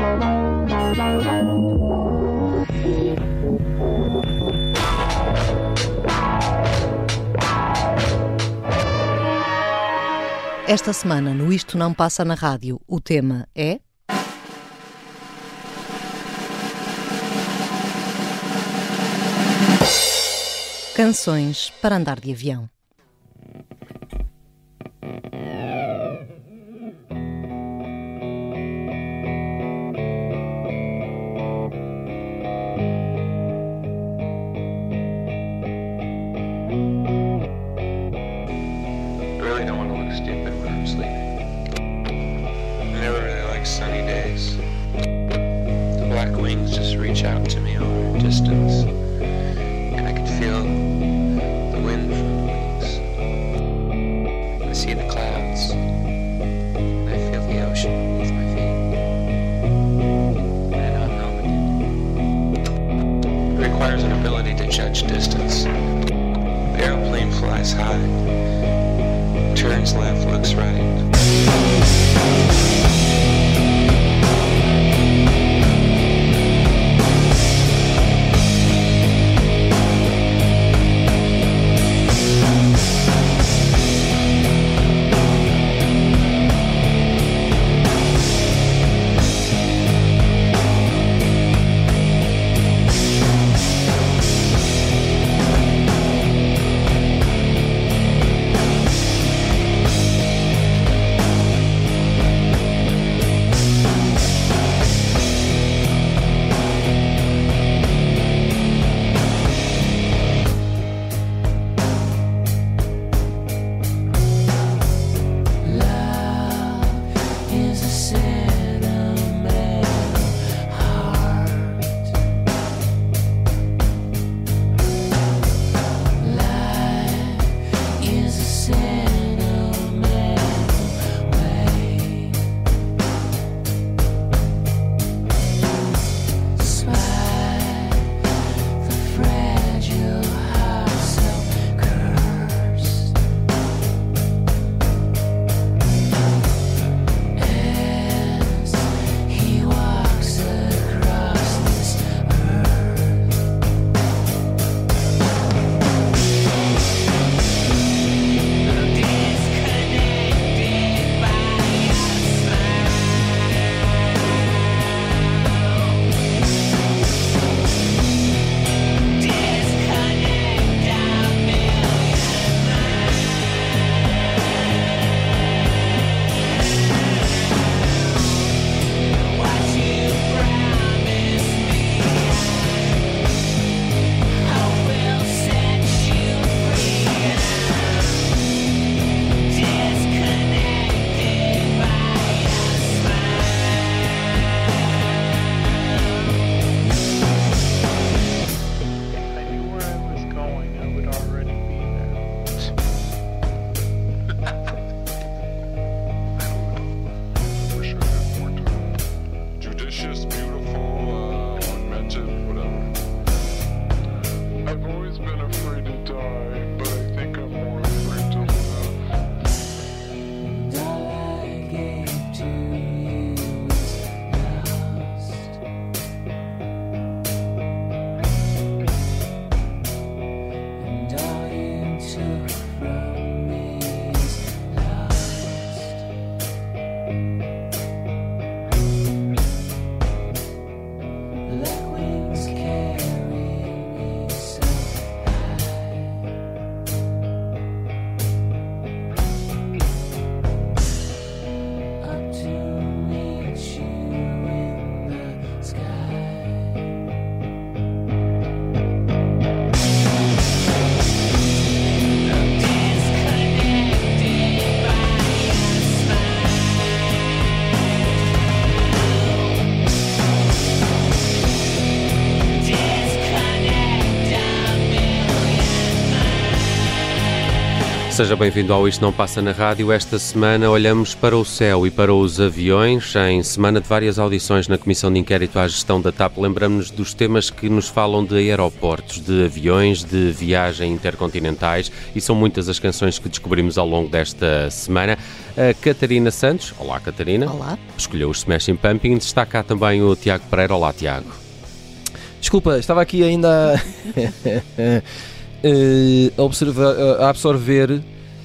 Esta semana, no Isto Não Passa na Rádio, o tema é... Canções para andar de avião. Sunny days. The black wings just reach out to me over distance, and I can feel the wind from the wings. I see the clouds, and I feel the ocean beneath my feet. And I know I'm home again. It requires an ability to judge distance. The airplane flies high, turns left, looks right. Seja bem-vindo ao Isto Não Passa na Rádio. Esta semana olhamos para o céu e para os aviões. Em semana de várias audições na Comissão de Inquérito à Gestão da TAP, lembramos-nos dos temas que nos falam de aeroportos, de aviões, de viagem intercontinentais, e são muitas as canções que descobrimos ao longo desta semana. A Catarina Santos, olá Catarina, Olá. Escolheu os Smashing Pumpkins. Está cá também o Tiago Pereira. Olá Tiago. Desculpa, estava aqui ainda a absorver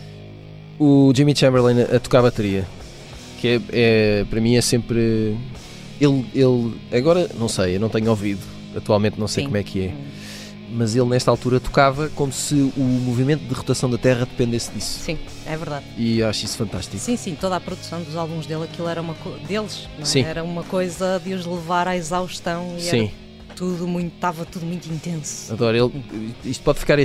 o Jimmy Chamberlain a tocar bateria, que para mim é sempre ele agora não sei, eu não tenho ouvido atualmente, não sei como é que é, mas ele nesta altura tocava como se o movimento de rotação da Terra dependesse disso. Sim, é verdade. E eu acho isso fantástico. Sim, toda a produção dos álbuns dele, aquilo era deles, não é? Sim. Era uma coisa de os levar à exaustão e Sim. estava tudo muito intenso. Adoro. Isto pode ficar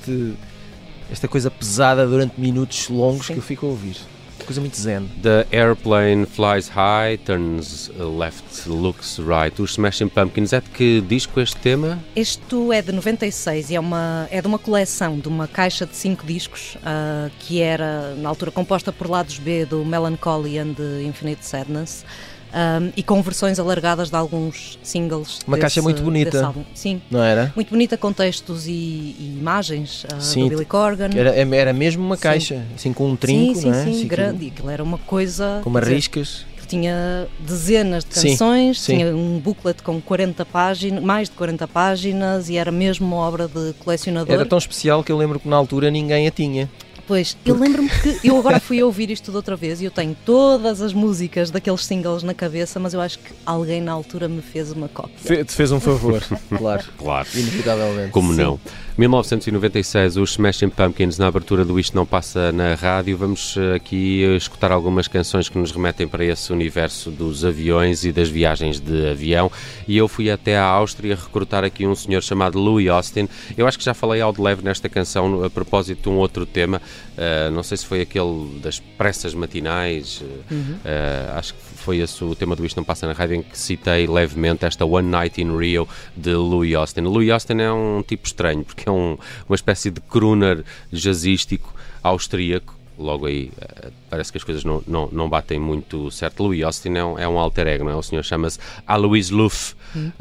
esta coisa pesada durante minutos longos. Sim. Que eu fico a ouvir. Coisa muito zen. The airplane flies high, turns left, looks right. Os Smashing Pumpkins, é de que disco este tema? Isto é de 96 e é de uma coleção, de uma caixa de 5 discos, que era na altura composta por lados B do Melancholy and the Infinite Sadness. E com versões alargadas de alguns singles. Uma caixa muito bonita. Sim, não era? Muito bonita, com textos e imagens do Billy Corgan. Era mesmo uma caixa, assim com um trinco, sim, não é? Sim, grande. E aquilo era uma coisa... Com umas riscas. Que tinha dezenas de canções, tinha um booklet com 40 páginas, mais de 40 páginas, e era mesmo uma obra de colecionador. Era tão especial que eu lembro que na altura ninguém a tinha. Pois, eu lembro-me que eu agora fui a ouvir isto tudo outra vez e eu tenho todas as músicas daqueles singles na cabeça, mas eu acho que alguém na altura me fez uma cópia. Te fez um favor, claro. Inevitavelmente. Como não? 1996, os Smashing Pumpkins na abertura do Isto Não Passa na Rádio. Vamos aqui escutar algumas canções que nos remetem para esse universo dos aviões e das viagens de avião. E eu fui até à Áustria recrutar aqui um senhor chamado Louis Austin. Eu acho que já falei ao de leve nesta canção a propósito de um outro tema. Não sei se foi aquele das pressas matinais. Acho que foi esse o tema do Isto Não Passa na Rádio, em que citei levemente esta One Night in Rio de Louis Austin. Louis Austin é um tipo estranho, porque é uma espécie de crooner jazzístico austríaco. Logo aí parece que as coisas não batem muito certo. Louis Austin é um alter ego, não é? O senhor chama-se Alois Luff.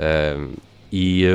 E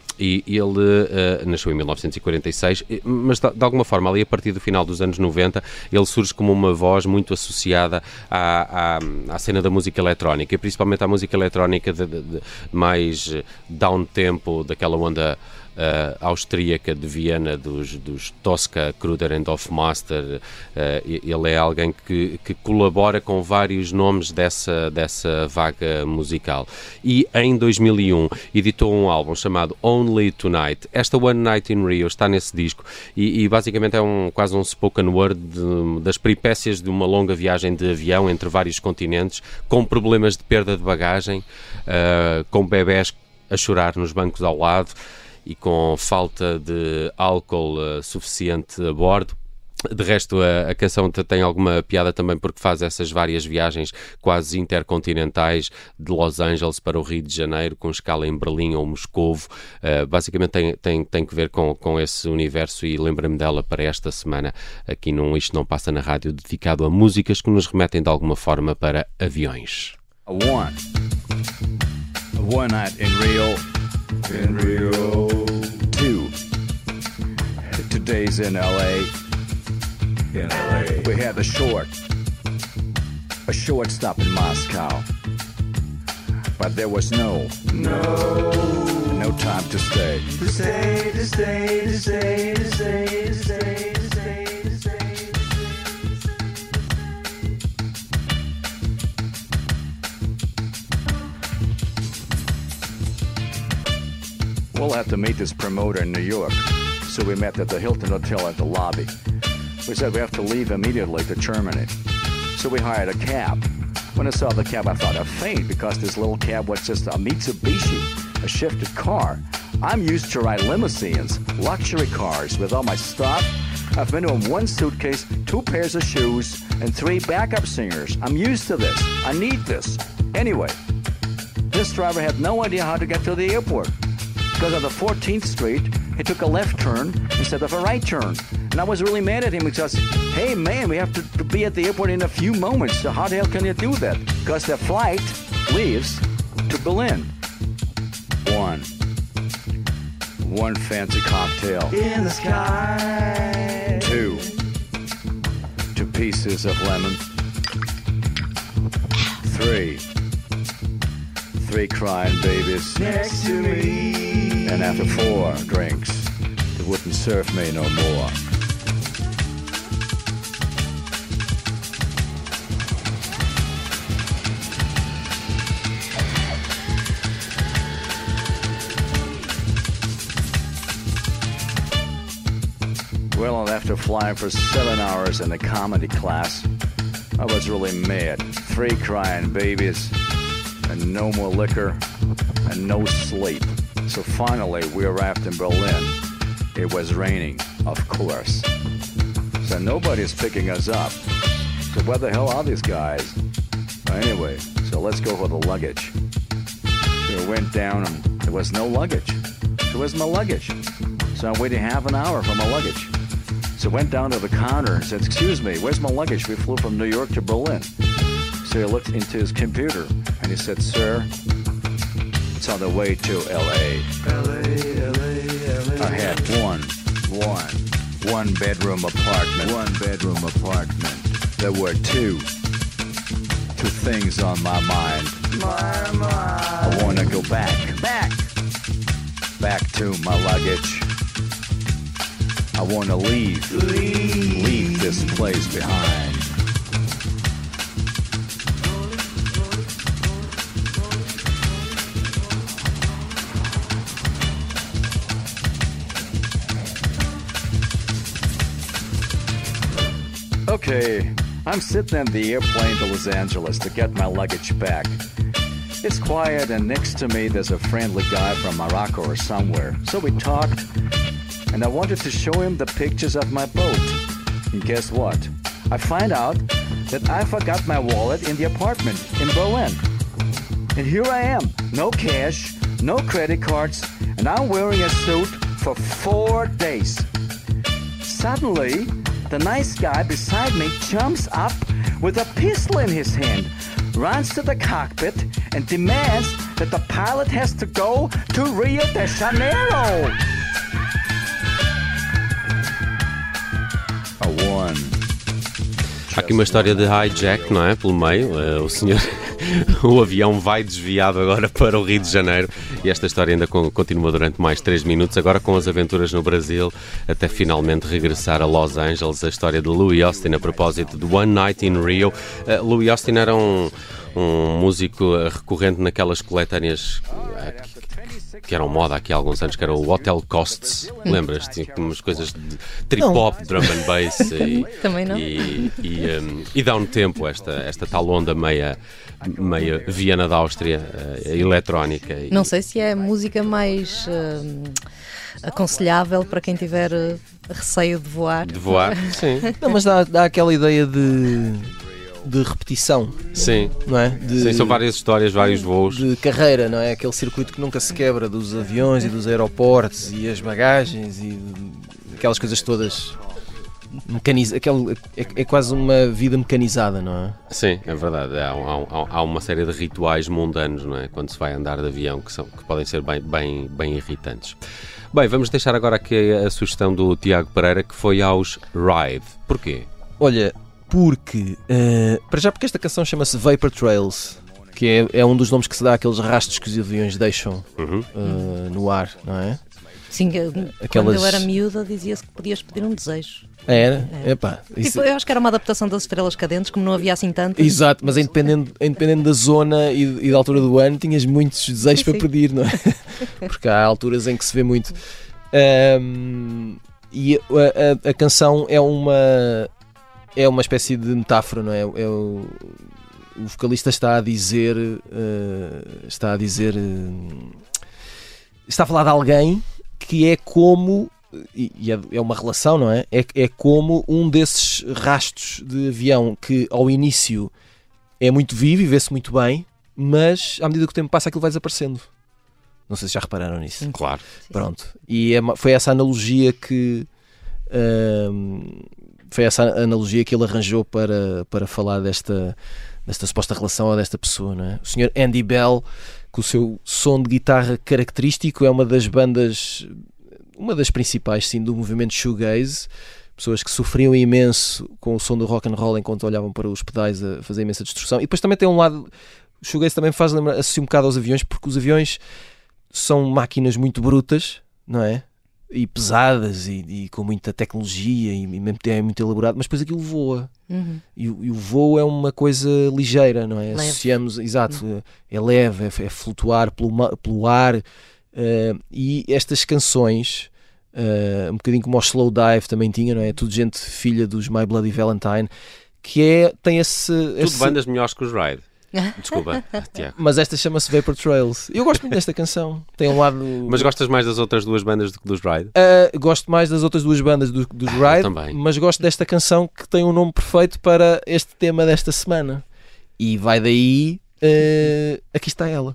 ele nasceu em 1946, mas de alguma forma ali a partir do final dos anos 90 ele surge como uma voz muito associada à cena da música eletrónica, e principalmente à música eletrónica mais down-tempo, daquela onda austríaca de Viena, dos Tosca, Kruder and Hofmaster. Ele é alguém que colabora com vários nomes dessa vaga musical, e em 2001 editou um álbum chamado Only Tonight. Esta One Night in Rio está nesse disco e basicamente é quase um spoken word das peripécias de uma longa viagem de avião entre vários continentes, com problemas de perda de bagagem, com bebés a chorar nos bancos ao lado e com falta de álcool suficiente a bordo. De resto, a canção tem alguma piada também, porque faz essas várias viagens quase intercontinentais de Los Angeles para o Rio de Janeiro, com escala em Berlim ou Moscovo. Basicamente tem que ver com esse universo, e lembra-me dela para esta semana aqui num Isto Não Passa na Rádio, dedicado a músicas que nos remetem de alguma forma para aviões. A one night in Rio. In Rio. 2. Today's in LA. In LA. We had a short stop in Moscow. But there was no time to stay. To stay. We'll have to meet this promoter in New York. So we met at the Hilton Hotel at the lobby. We said we have to leave immediately to Germany. So we hired a cab. When I saw the cab, I thought I'd faint, because this little cab was just a Mitsubishi, a shifted car. I'm used to ride limousines, luxury cars with all my stuff. I've been in one suitcase, 2 pairs of shoes, and 3 backup singers. I'm used to this. I need this. Anyway, this driver had no idea how to get to the airport. Because on the 14th Street, he took a left turn instead of a right turn. And I was really mad at him because, hey man, we have to be at the airport in a few moments. So how the hell can you do that? Because the flight leaves to Berlin. One fancy cocktail in the sky. Two pieces of lemon. Three crying babies next to me. And after 4 drinks, they wouldn't serve me no more. Well, after flying for 7 hours in the comedy class, I was really mad. 3 crying babies, and no more liquor, and no sleep. So finally, we arrived in Berlin. It was raining, of course. So nobody's picking us up. So where the hell are these guys? Anyway, so let's go for the luggage. So we went down, and there was no luggage. So where's my luggage? So I'm waiting half an hour for my luggage. So I went down to the counter and said, excuse me, where's my luggage? We flew from New York to Berlin. So he looked into his computer and he said, sir, it's on the way to L.A. I had one bedroom apartment. There were two things on my mind. I want to go back to my luggage. I want to leave this place behind. Okay, I'm sitting in the airplane to Los Angeles to get my luggage back. It's quiet, and next to me there's a friendly guy from Morocco or somewhere. So we talked, and I wanted to show him the pictures of my boat. And guess what? I find out that I forgot my wallet in the apartment in Berlin. And here I am, no cash, no credit cards, and I'm wearing a suit for 4 days. Suddenly, the nice guy beside me jumps up with a pistol in his hand, runs to the cockpit, and demands that the pilot has to go to Rio de Janeiro. Há aqui uma história de hijack, não é? Pelo meio, o avião vai desviado agora para o Rio de Janeiro e esta história ainda continua durante mais 3 minutos, agora com as aventuras no Brasil, até finalmente regressar a Los Angeles. A história de Louis Austin a propósito de One Night in Rio. Louis Austin era um músico recorrente naquelas coletâneas que eram moda aqui há alguns anos, que era o Hotel Costs, lembras-te? Tinha umas coisas de trip-hop, drum and bass Também não. e dá um tempo esta tal onda meia Viena da Áustria, eletrónica. Não sei se é a música mais aconselhável para quem tiver receio de voar. De voar, sim. Não, mas dá aquela ideia de repetição. Sim, não é? Sim, são várias histórias, vários voos. De carreira, não é? Aquele circuito que nunca se quebra dos aviões e dos aeroportos e as bagagens e aquelas coisas todas é quase uma vida mecanizada, não é? Sim, é verdade. Há uma série de rituais mundanos, não é? Quando se vai andar de avião que podem ser bem irritantes. Bem, vamos deixar agora aqui a sugestão do Tiago Pereira, que foi aos Ride. Porquê? Olha, porque esta canção chama-se Vapor Trails, que é um dos nomes que se dá àqueles rastros que os aviões deixam no ar, não é? Sim, quando eu era miúda dizia-se que podias pedir um desejo. Era? Epá, isso... Eu acho que era uma adaptação das Estrelas Cadentes, como não havia assim tantas. Exato, mas independente da zona e da altura do ano, tinhas muitos desejos para pedir, não é? Porque há alturas em que se vê muito. E a canção é uma espécie de metáfora, não é? O vocalista está a falar de alguém que é como, e é uma relação, não é? É como um desses rastros de avião que ao início é muito vivo e vê-se muito bem, mas à medida que o tempo passa aquilo vai desaparecendo. Não sei se já repararam nisso. Claro. Pronto. E foi essa analogia que Foi essa a analogia que ele arranjou para falar desta suposta relação ou desta pessoa, não é? O Sr. Andy Bell, com o seu som de guitarra característico, é uma das principais, sim, do movimento shoegaze. Pessoas que sofriam imenso com o som do rock and roll enquanto olhavam para os pedais a fazer imensa destruição. E depois também tem um lado, o shoegaze também faz lembrar, associar um bocado aos aviões, porque os aviões são máquinas muito brutas, não é? E pesadas e com muita tecnologia e mesmo é muito elaborado, mas depois aquilo voa. E o voo é uma coisa ligeira, não é? Leve. Associamos, exato, é leve, é flutuar pelo ar. E estas canções, um bocadinho como o Slow Dive também tinha, não é? Tudo gente filha dos My Bloody Valentine, que tem esse... Tudo bandas melhores que os Ride. Desculpa, Tiago. Mas esta chama-se Vapor Trails. Eu gosto muito desta canção. Tem um lado... Mas gostas mais das outras duas bandas do que dos Ride? Gosto mais das outras duas bandas dos Ride, também. mas gosto desta canção que tem um nome perfeito para este tema desta semana. E vai daí... aqui está ela.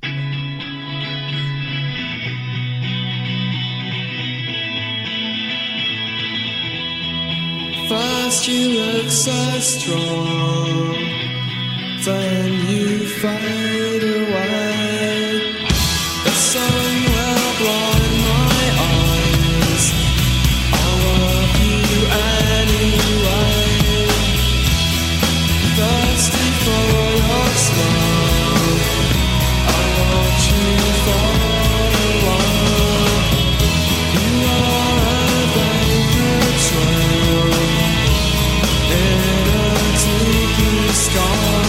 First you look so strong, then you fade away. The sun will blind my eyes, I love you anyway. Thirsty for your smile, I watch you fall away. You are a vapor trail in a deep blue sky.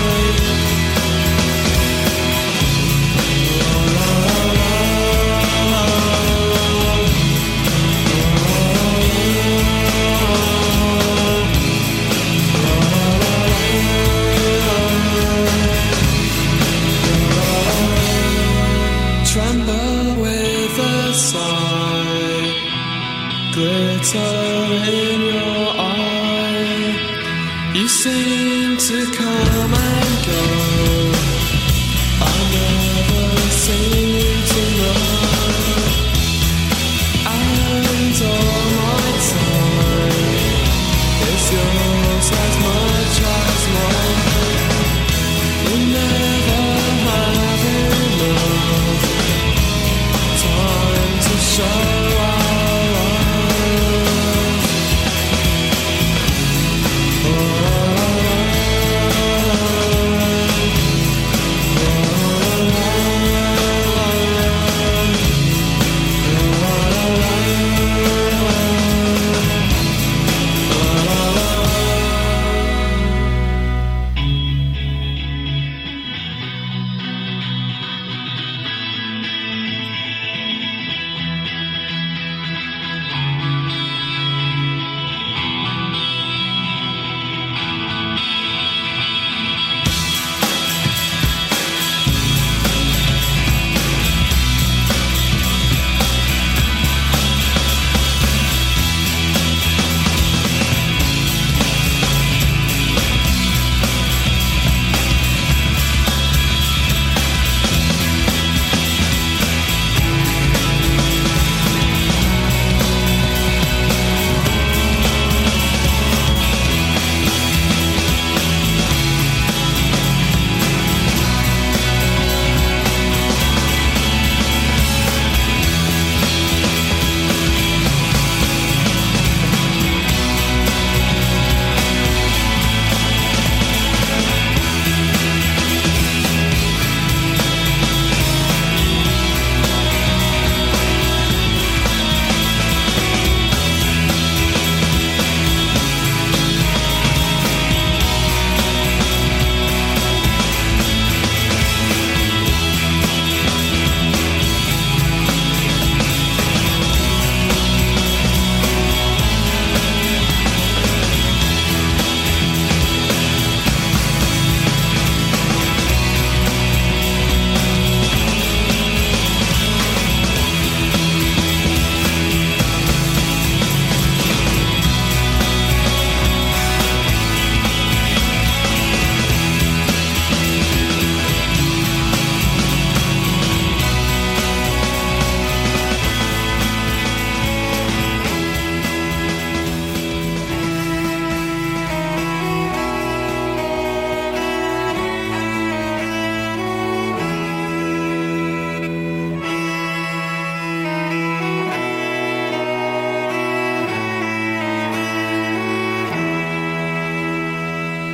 Tremble with a sigh, glitter in your eye. You seem to come and go, I never seem to know. And all my time is yours as much as mine. You never have enough time to show our love. Oh,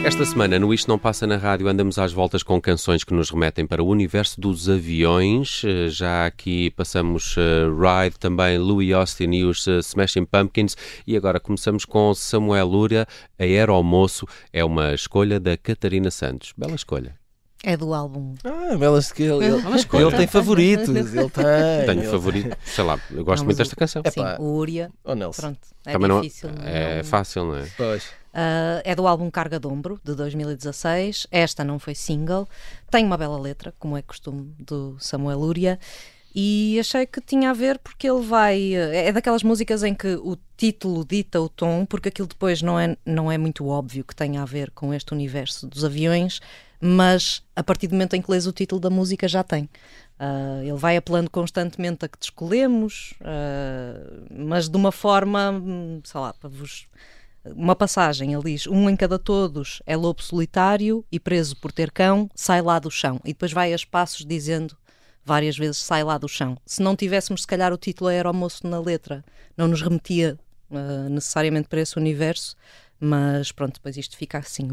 Esta semana, no Isto Não Passa na Rádio, andamos às voltas com canções que nos remetem para o universo dos aviões. Já aqui passamos Ride, também Louis Austin e os Smashing Pumpkins. E agora começamos com Samuel Lúria, Aeromoço. É uma escolha da Catarina Santos. Bela escolha. É do álbum. Belas que ele tem favoritos. Ele tem. Tenho favorito, sei lá, eu gosto muito desta canção. Sim, o Úria. Nelson. Pronto, é Também difícil. é fácil, não é? Pois. É do álbum Carga de Ombro, de 2016. Esta não foi single. Tem uma bela letra, como é costume do Samuel Lúria. E achei que tinha a ver porque ele vai... É daquelas músicas em que o título dita o tom, porque aquilo depois não é muito óbvio que tenha a ver com este universo dos aviões, mas a partir do momento em que lês o título da música já tem. Ele vai apelando constantemente a que te escolhemos, mas de uma forma, sei lá, para vos... Uma passagem, ele diz: um em cada todos é lobo solitário e preso por ter cão, sai lá do chão. E depois vai a espaços dizendo várias vezes sai lá do chão. Se não tivéssemos, se calhar, o título Aeromoço na letra, não nos remetia necessariamente para esse universo, mas pronto, depois isto fica assim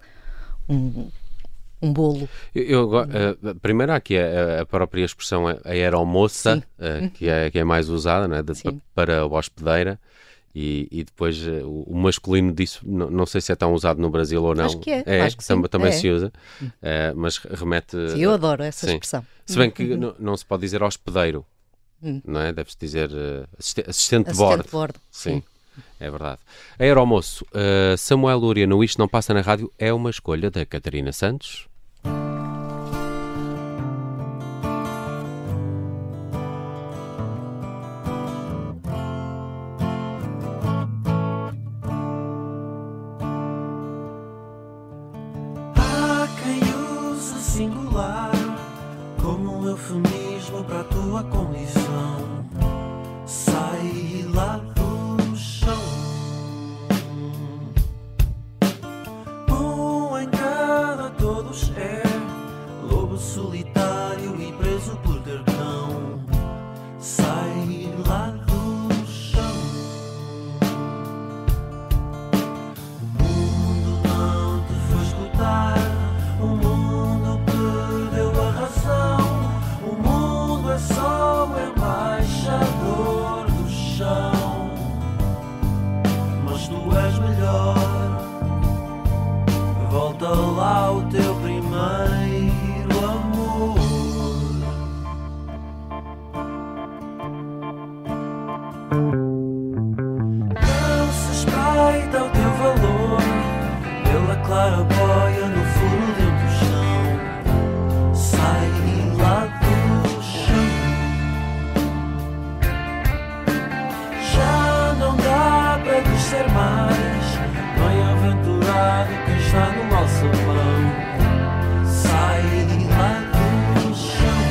um bolo. Primeiro há aqui a própria expressão aeromoça, que é mais usada, não é? Para a hospedeira. E depois o masculino disso, não sei se é tão usado no Brasil ou não. Acho que é. Acho que também se usa, mas remete... Sim, eu adoro essa expressão. Se bem que não se pode dizer hospedeiro, não é? Deve-se dizer assistente de bordo. Sim, é verdade. Aeromoço, Samuel Lúria no Isto Não Passa na Rádio é uma escolha da Catarina Santos. Singular como um eufemismo para a tua condição. Sai lá do chão. Um em cada todos é lobo solitário e preso por ter cão. Sai lá do chão. O mundo não te foi escutar. Só o embaixador do chão, mas tu és melhor. Volta lá ao teu primeiro amor. Não se espreita o teu valor pela clarabóia no furo de um tostão. Sai lá do ser mais bem-aventurado quem está no alçapão. Sai lá do chão.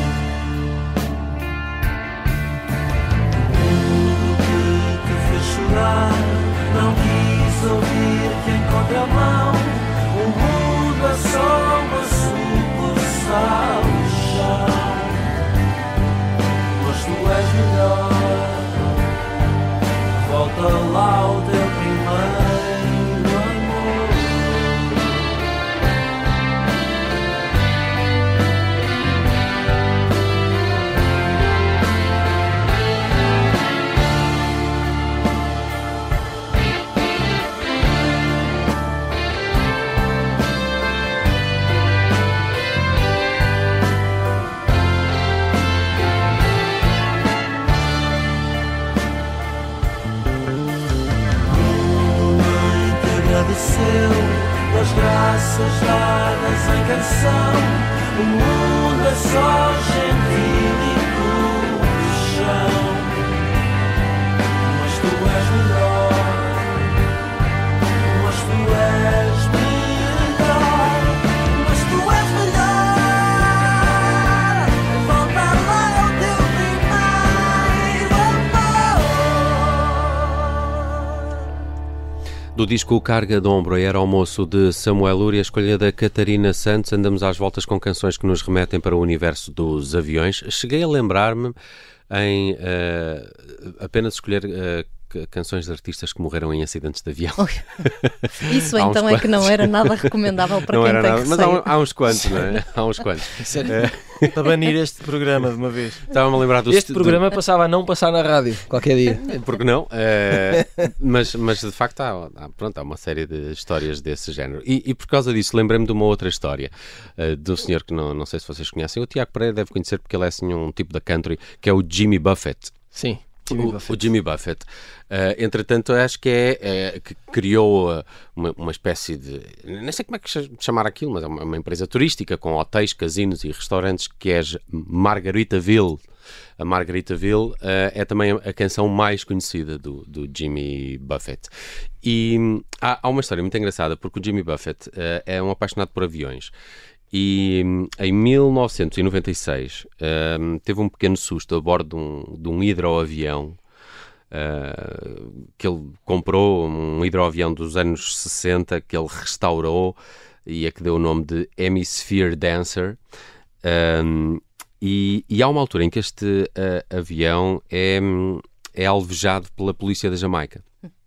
O mundo que te fez chorar não quis ouvir que encontra a mão. O mundo é só uma sucursal do chão, mas tu és melhor. Volta lá ao teu primeiro amor. Das graças dadas em canção. O mundo é só gentílico do chão, mas tu és melhor. Mas tu és melhor. Mas tu és melhor. Volta lá ao teu primeiro amor. Do disco Carga de Ombro, Aeromoço de Samuel Lúria, escolha da Catarina Santos. Andamos às voltas com canções que nos remetem para o universo dos aviões. Cheguei a lembrar-me em apenas escolher canções de artistas que morreram em acidentes de avião. Isso então é que não era nada recomendável para não quem era tem nada, que mas sair. há uns quantos, não é? Há uns quantos. Para banir este programa de uma vez. Estava-me a lembrar do Este programa passava a não passar na rádio, qualquer dia. Porque não? Mas de facto há uma série de histórias desse género. E por causa disso lembrei-me de uma outra história de um senhor que não sei se vocês conhecem. O Tiago Pereira deve conhecer porque ele é assim um tipo da country, que é o Jimmy Buffett. Sim. O Jimmy Buffett. Entretanto, acho que que criou uma espécie de... Nem sei como é que chamar aquilo, mas é uma empresa turística com hotéis, casinos e restaurantes, que é Margaritaville. A Margaritaville é também a canção mais conhecida do Jimmy Buffett. E há uma história muito engraçada, porque o Jimmy Buffett é um apaixonado por aviões. E em 1996 teve um pequeno susto a bordo de um hidroavião que ele comprou, um hidroavião dos anos 60 que ele restaurou e a que deu o nome de Hemisphere Dancer. E há uma altura em que este avião é alvejado pela polícia da Jamaica.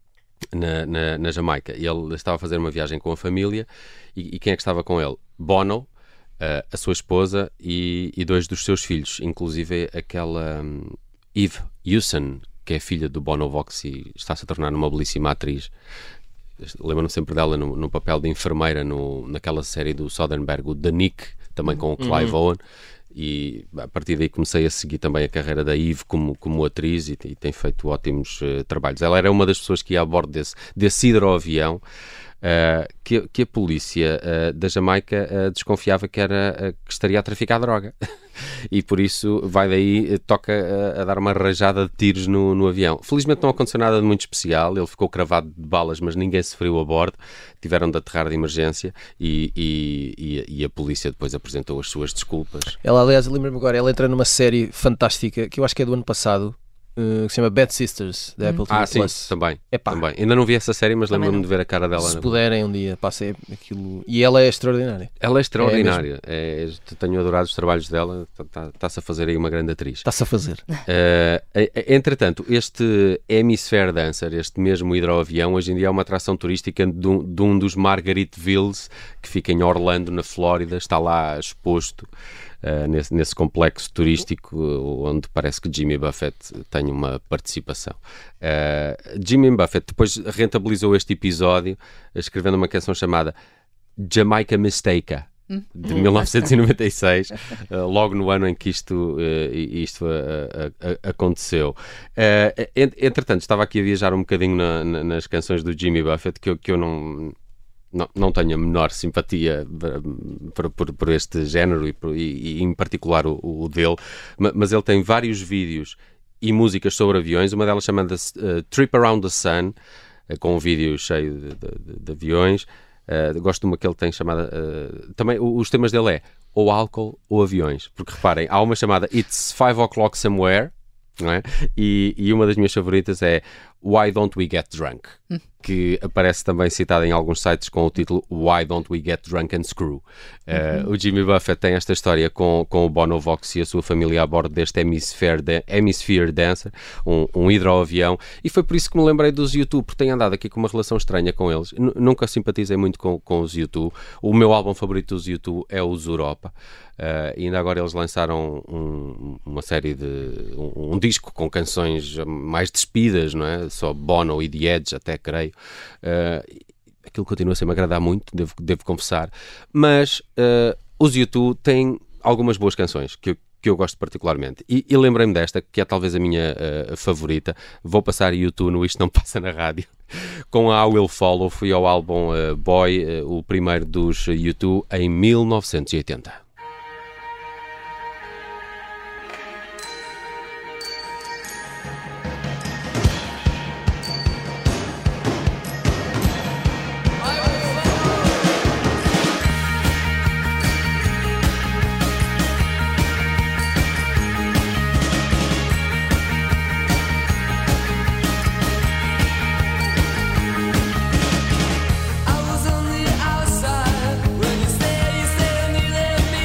Na Jamaica. Ele estava a fazer uma viagem com a família e quem é que estava com ele? Bono, a sua esposa e dois dos seus filhos, inclusive aquela Eve Hewson, que é filha do Bono Vox e está-se a tornar uma belíssima atriz. Lembro-me sempre dela no papel de enfermeira naquela série do Soderbergh, o The Nick, também com o Clive Owen. E a partir daí comecei a seguir também a carreira da Eve como atriz e tem feito ótimos trabalhos. Ela era uma das pessoas que ia a bordo desse hidroavião que a polícia da Jamaica desconfiava que estaria a traficar droga. E por isso vai daí, toca a dar uma rajada de tiros no avião. Felizmente não aconteceu nada de muito especial, ele ficou cravado de balas, mas ninguém se feriu a bordo. Tiveram de aterrar de emergência e a polícia depois apresentou as suas desculpas. Ela, aliás, lembro-me agora, ela entra numa série fantástica, que eu acho que é do ano passado, que se chama Bad Sisters, da Apple TV Plus. Sim, também. Ainda não vi essa série, mas lembro-me de ver a cara dela. Se puderem um dia, passem aquilo. E ela é extraordinária. Ela é extraordinária. Tenho adorado os trabalhos dela. Está-se a fazer aí uma grande atriz. Está-se a fazer. Entretanto, este Hemisphere Dancer, este mesmo hidroavião, hoje em dia é uma atração turística de um dos Margaritavilles, que fica em Orlando, na Flórida. Está lá exposto. Nesse complexo turístico onde parece que Jimmy Buffett tem uma participação. Jimmy Buffett depois rentabilizou este episódio escrevendo uma canção chamada Jamaica Mistake, de 1996, logo no ano em que isto aconteceu. Entretanto, estava aqui a viajar um bocadinho nas canções do Jimmy Buffett, que eu não tenho a menor simpatia por este género e em particular o dele, mas ele tem vários vídeos e músicas sobre aviões, uma delas chamada-se Trip Around the Sun, com um vídeo cheio de aviões. Gosto de uma que ele tem chamada... também os temas dele é ou álcool ou aviões, porque reparem, há uma chamada It's 5 O'Clock Somewhere, não é? E uma das minhas favoritas é Why Don't We Get Drunk, que aparece também citada em alguns sites com o título Why Don't We Get Drunk and Screw. O Jimmy Buffett tem esta história com o Bono Vox e a sua família a bordo deste Hemisphere Dancer, um hidroavião, e foi por isso que me lembrei dos U2, porque tenho andado aqui com uma relação estranha com eles. Nunca simpatizei muito com os U2. O meu álbum favorito dos U2 é o Europa. E ainda agora eles lançaram uma série de um disco com canções mais despidas, não é? Só Bono e The Edge, até creio. Aquilo continua a me agradar muito, devo confessar, mas os U2 têm algumas boas canções que eu gosto particularmente, e lembrei-me desta, que é talvez a minha favorita. Vou passar U2 no Isto Não Passa na Rádio, com a I Will Follow. Fui ao álbum Boy, o primeiro dos U2, em 1980. I was on the outside when you say I need me.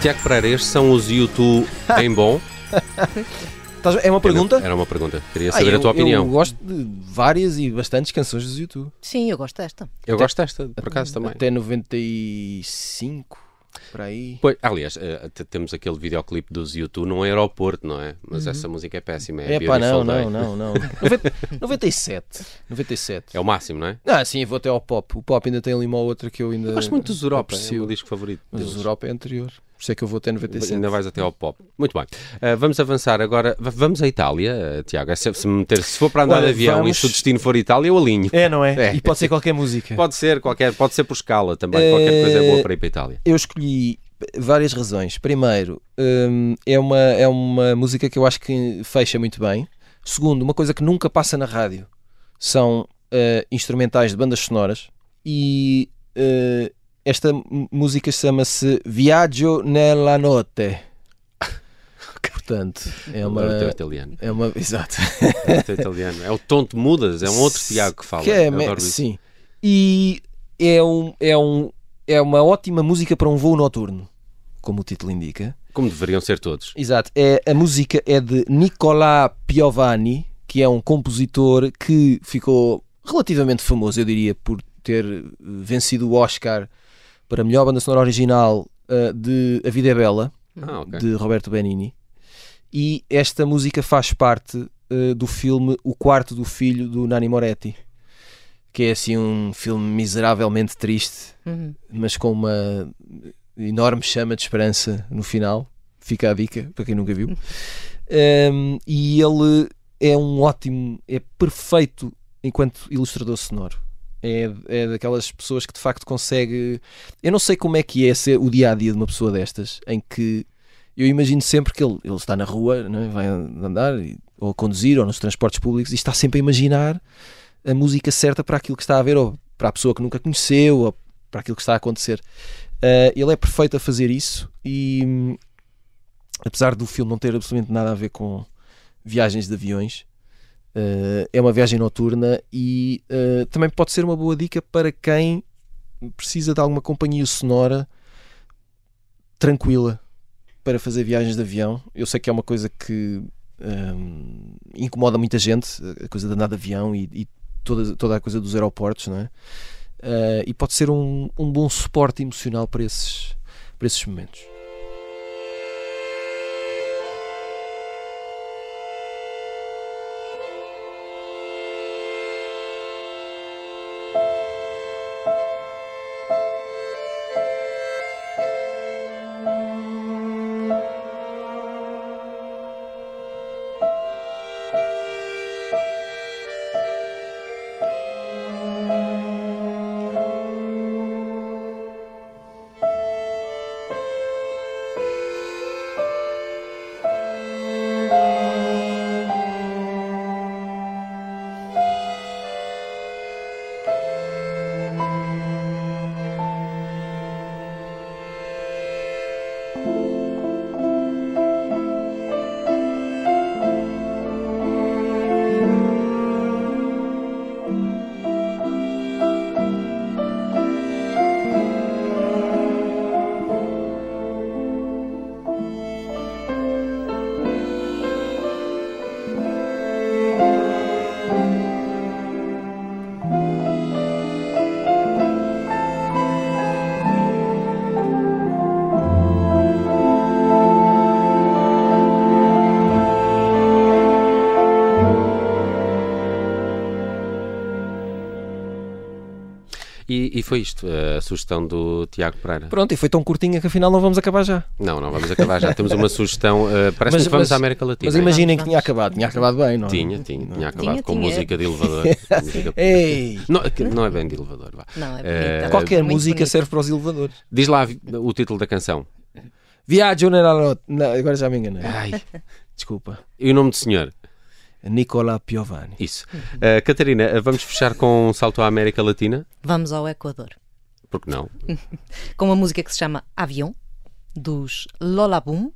Tiago Pereira, estes são os U2 em bom? É uma pergunta? Era uma pergunta. Queria saber a tua Eu opinião. gosto de várias e bastantes canções dos YouTube. Sim, eu gosto desta. Eu gosto desta, por acaso também. Até 95, por aí. Pois, aliás, temos aquele videoclipe dos U2 num aeroporto, não é? Mas essa música é péssima. É Pá, Beautiful Day. não. 97. É o máximo, não é? Sim, eu vou até ao pop. O pop ainda tem ali uma outra que eu ainda. Eu gosto muito dos Europa, é o aprecio. meu disco favorito. Mas deles. os Europa é anterior. Por isso é que eu vou até 97. Ainda vais até ao pop. Muito bem. Vamos avançar agora. Vamos à Itália, Tiago. Se for para andar Olha, de avião vamos- e se o destino for Itália, eu alinho. É, não é? É. E pode ser qualquer música. Pode ser por escala também. Qualquer coisa é boa para ir para a Itália. Eu escolhi várias razões. Primeiro, é uma música que eu acho que fecha muito bem. Segundo, uma coisa que nunca passa na rádio são instrumentais de bandas sonoras. E esta música chama-se Viaggio nella notte. Portanto, é uma... Adoro o teu italiano. Exato. O teu italiano. É o tom de mudas, é um outro Tiago que fala. Que é, Eu adoro isso. sim. E é uma ótima música para um voo noturno, como o título indica. Como deveriam ser todos. Exato. A música é de Nicola Piovani, que é um compositor que ficou relativamente famoso, eu diria, por ter vencido o Oscar para a melhor banda sonora original de A Vida é Bela, Ok. de Roberto Benigni. E esta música faz parte do filme O Quarto do Filho, do Nanni Moretti, que é assim um filme miseravelmente triste, mas com uma enorme chama de esperança no final. Fica a dica para quem nunca viu. E ele é perfeito enquanto ilustrador sonoro. É daquelas pessoas que de facto consegue... Eu não sei como é que é ser o dia-a-dia de uma pessoa destas, em que eu imagino sempre que ele está na rua, não é? Vai andar ou a conduzir ou nos transportes públicos e está sempre a imaginar a música certa para aquilo que está a ver, ou para a pessoa que nunca conheceu, ou para aquilo que está a acontecer. Ele é perfeito a fazer isso e apesar do filme não ter absolutamente nada a ver com viagens de aviões, é uma viagem noturna e também pode ser uma boa dica para quem precisa de alguma companhia sonora tranquila para fazer viagens de avião. Eu sei que é uma coisa que incomoda muita gente, a coisa de andar de avião e toda a coisa dos aeroportos, não é? E pode ser um bom suporte emocional para esses momentos. E foi isto, a sugestão do Tiago Pereira. Pronto, e foi tão curtinha que afinal não vamos acabar já. Não vamos acabar já. Temos uma sugestão, parece que vamos à América Latina. Mas imaginem que tinha acabado bem, não é? Tinha acabado com música de elevador. Música... Ei! Não é bem de elevador, vá. Não, é bonita. Qualquer Muito música bonita. serve para os elevadores. Diz lá o título da canção. Viaggio nella notte. Não, agora já me enganei. Ai, Desculpa. e o nome do senhor? Nicola Piovani. Isso. Catarina, vamos fechar com um salto à América Latina? Vamos ao Equador. Por que não? Com uma música que se chama Avião, dos Lola Boom.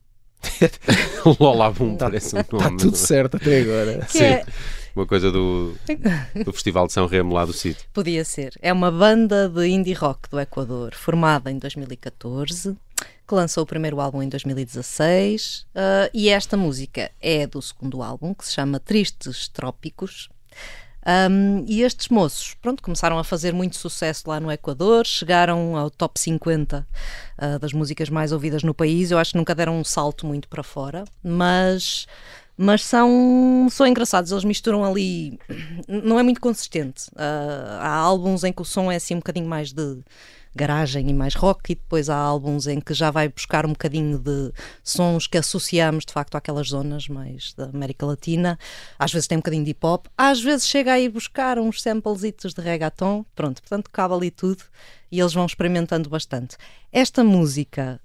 Lola Boom, parece um Está nome. tudo certo até agora. Que é, Uma coisa do Festival de São Remo lá do sítio. podia ser. É uma banda de indie rock do Equador, formada em 2014. que lançou o primeiro álbum em 2016, e esta música é do segundo álbum, que se chama Tristes Trópicos. E estes moços, pronto, começaram a fazer muito sucesso lá no Equador, chegaram ao top 50 das músicas mais ouvidas no país. Eu acho que nunca deram um salto muito para fora, mas são engraçados. Eles misturam ali, não é muito consistente. Há álbuns em que o som é assim um bocadinho mais de garagem e mais rock, e depois há álbuns em que já vai buscar um bocadinho de sons que associamos de facto àquelas zonas mais da América Latina. Às vezes tem um bocadinho de hip hop, às vezes chega a ir buscar uns samplesitos de reggaeton, pronto, portanto cabe ali tudo e eles vão experimentando bastante. Esta música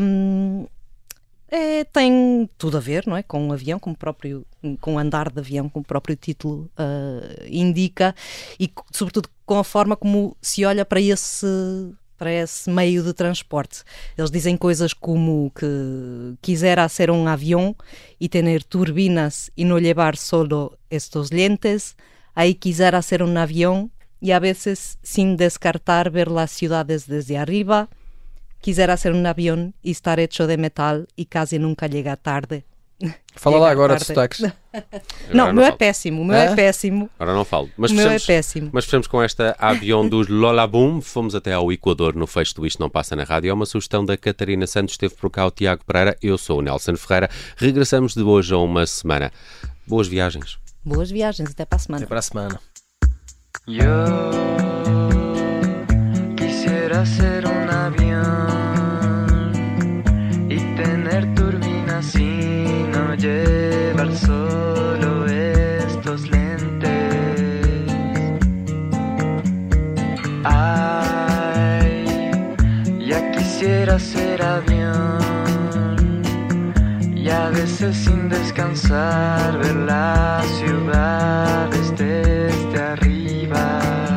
tem tudo a ver, não é? Com um avião, com o andar de avião, como o próprio título indica, e sobretudo com a forma como se olha para esse meio de transporte. Eles dizem coisas como que quisera ser um avião e tener turbinas e no llevar solo estos lentes, aí quisera ser un avión y a veces sin descartar ver las ciudades desde arriba. Quisera ser un avión y estar hecho de metal y casi nunca llega tarde. Fala lá agora de sotaques. Não, o meu é péssimo. O meu é péssimo. Agora não falo. O meu é péssimo. Mas fechamos com esta Avião dos Lollaboom. Fomos até ao Equador no fecho do Isto Não Passa na Rádio. É uma sugestão da Catarina Santos. Esteve por cá o Tiago Pereira. Eu sou o Nelson Ferreira. Regressamos de hoje a uma semana. Boas viagens. Boas viagens. Até para a semana. Até para a semana. Yo quisiera ser un avión y tener turbinas y no llevar solo estos lentes. Ay, ya quisiera ser avión y a veces sin descansar ver las ciudades desde arriba.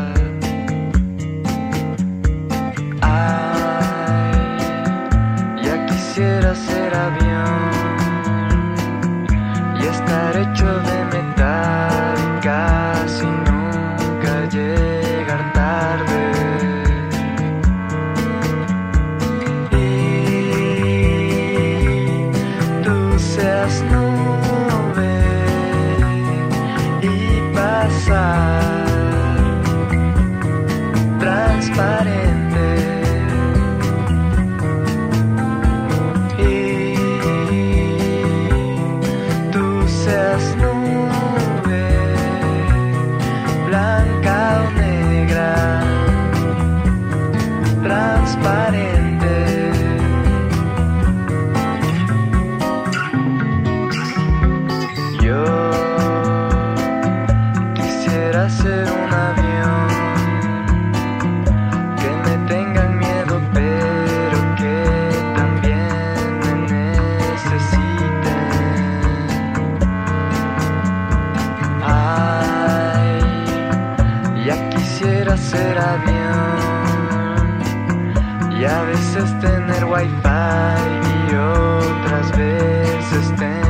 Ay, ya quisiera ser avión y estar hecho de metal y casi nunca llegar tarde. Y tú seas nube y pasar transparente. Y tú seas nube blanca o negra transparente. Yo quisiera ser un avión que me tengan miedo pero que también me necesiten. Ay, ya quisiera ser avión y a veces tener wifi y otras veces tener